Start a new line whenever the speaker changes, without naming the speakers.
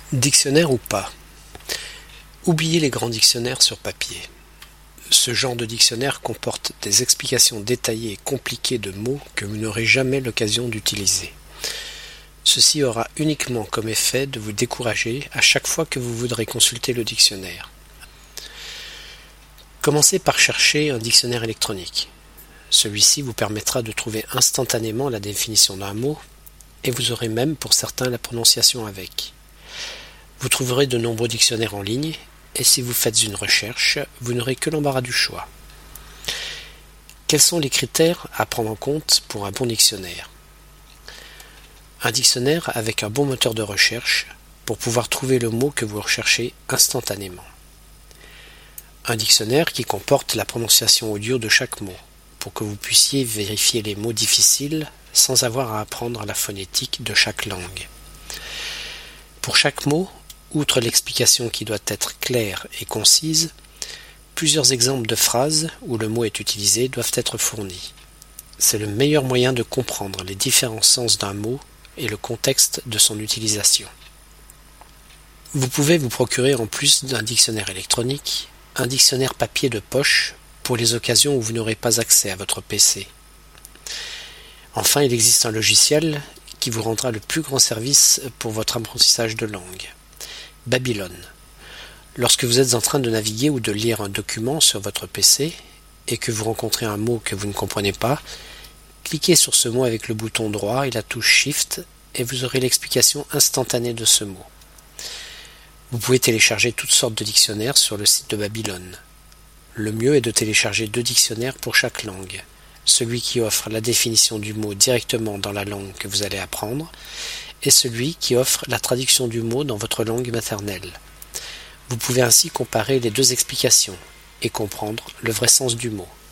Dictionnaire ou pas? Oubliez les grands dictionnaires sur papier. Ce genre de dictionnaire comporte des explications détaillées et compliquées de mots que vous n'aurez jamais l'occasion d'utiliser. Ceci aura uniquement comme effet de vous décourager à chaque fois que vous voudrez consulter le dictionnaire. Commencez par chercher un dictionnaire électronique. Celui-ci vous permettra de trouver instantanément la définition d'un mot et vous aurez même pour certains la prononciation avec. Vous trouverez de nombreux dictionnaires en ligne et si vous faites une recherche, vous n'aurez que l'embarras du choix. Quels sont les critères à prendre en compte pour un bon dictionnaire? Un dictionnaire avec un bon moteur de recherche pour pouvoir trouver le mot que vous recherchez instantanément. Un dictionnaire qui comporte la prononciation audio de chaque mot pour que vous puissiez vérifier les mots difficiles sans avoir à apprendre la phonétique de chaque langue. Pour chaque mot, outre l'explication qui doit être claire et concise, plusieurs exemples de phrases où le mot est utilisé doivent être fournis. C'est le meilleur moyen de comprendre les différents sens d'un mot et le contexte de son utilisation. Vous pouvez vous procurer en plus d'un dictionnaire électronique, un dictionnaire papier de poche pour les occasions où vous n'aurez pas accès à votre PC. Enfin, il existe un logiciel qui vous rendra le plus grand service pour votre apprentissage de langue. Babylone. Lorsque vous êtes en train de naviguer ou de lire un document sur votre PC et que vous rencontrez un mot que vous ne comprenez pas, cliquez sur ce mot avec le bouton droit et la touche Shift et vous aurez l'explication instantanée de ce mot. Vous pouvez télécharger toutes sortes de dictionnaires sur le site de Babylone. Le mieux est de télécharger 2 dictionnaires pour chaque langue. Celui qui offre la définition du mot directement dans la langue que vous allez apprendre et celui qui offre la traduction du mot dans votre langue maternelle. Vous pouvez ainsi comparer les 2 explications et comprendre le vrai sens du mot.